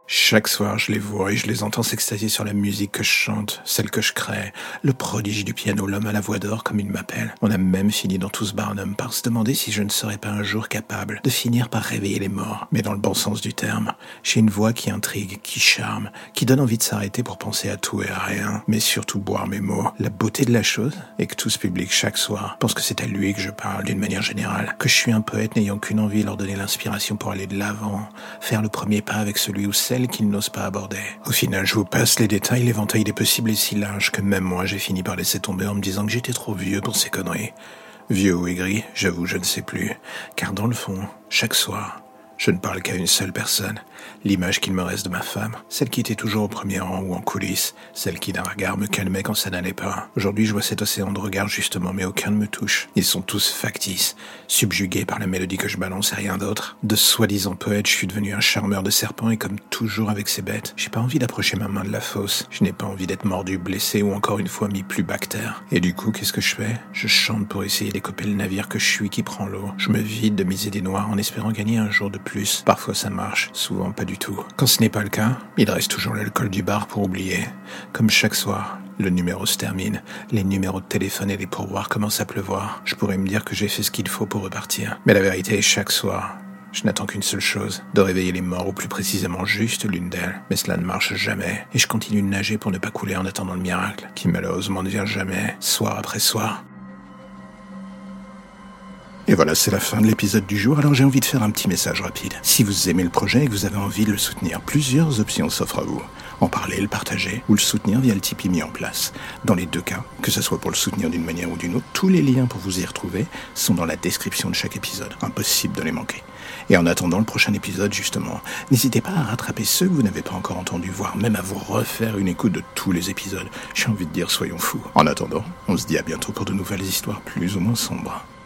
Chaque soir, je les vois et je les entends s'extasier sur la musique que je chante, celle que je crée, le prodige du piano, l'homme à la voix d'or comme il m'appelle. On a même fini dans Tous Barnum par se demander si je ne serais pas un jour capable de finir par réveiller les morts, mais dans le bon sens du terme. J'ai une voix qui intrigue, qui charme, qui donne envie de s'arrêter pour penser à tout et à rien, mais surtout boire mes mots. La beauté de la chose est que tout ce public chaque soir pense que c'est à lui que je parle d'une manière générale, que je suis un poète n'ayant qu'une envie, leur donner l'inspiration pour aller de l'avant, faire le premier pas avec celui ou celle qu'ils n'osent pas aborder. Au final, je vous passe les détails, l'éventail des possibles est si large que même moi j'ai fini par laisser tomber en me disant que j'étais trop vieux pour ces conneries. Vieux ou aigri, j'avoue, je ne sais plus, car dans le fond, chaque soir, je ne parle qu'à une seule personne, l'image qu'il me reste de ma femme, celle qui était toujours au premier rang ou en coulisses, celle qui d'un regard me calmait quand ça n'allait pas. Aujourd'hui, je vois cet océan de regards justement, mais aucun ne me touche. Ils sont tous factices, subjugués par la mélodie que je balance et rien d'autre. De soi-disant poète, je suis devenu un charmeur de serpents et comme toujours avec ces bêtes, j'ai pas envie d'approcher ma main de la fosse. Je n'ai pas envie d'être mordu, blessé ou encore une fois mis plus bactère. Et du coup, qu'est-ce que je fais ? Je chante pour essayer d'écoper le navire que je suis qui prend l'eau. Je me vide de mes idées noires en espérant gagner un jour de plus. Parfois ça marche, souvent pas du tout. Quand ce n'est pas le cas, il reste toujours l'alcool du bar pour oublier. Comme chaque soir, le numéro se termine, les numéros de téléphone et les pourboires commencent à pleuvoir. Je pourrais me dire que j'ai fait ce qu'il faut pour repartir. Mais la vérité est chaque soir, je n'attends qu'une seule chose, de réveiller les morts ou plus précisément juste l'une d'elles. Mais cela ne marche jamais, et je continue de nager pour ne pas couler en attendant le miracle, qui malheureusement ne vient jamais, soir après soir. Et voilà, c'est la fin de l'épisode du jour, alors j'ai envie de faire un petit message rapide. Si vous aimez le projet et que vous avez envie de le soutenir, plusieurs options s'offrent à vous. En parler, le partager ou le soutenir via le Tipeee mis en place. Dans les deux cas, que ce soit pour le soutenir d'une manière ou d'une autre, tous les liens pour vous y retrouver sont dans la description de chaque épisode. Impossible de les manquer. Et en attendant le prochain épisode, justement, n'hésitez pas à rattraper ceux que vous n'avez pas encore entendus, voire même à vous refaire une écoute de tous les épisodes. J'ai envie de dire, soyons fous. En attendant, on se dit à bientôt pour de nouvelles histoires plus ou moins sombres.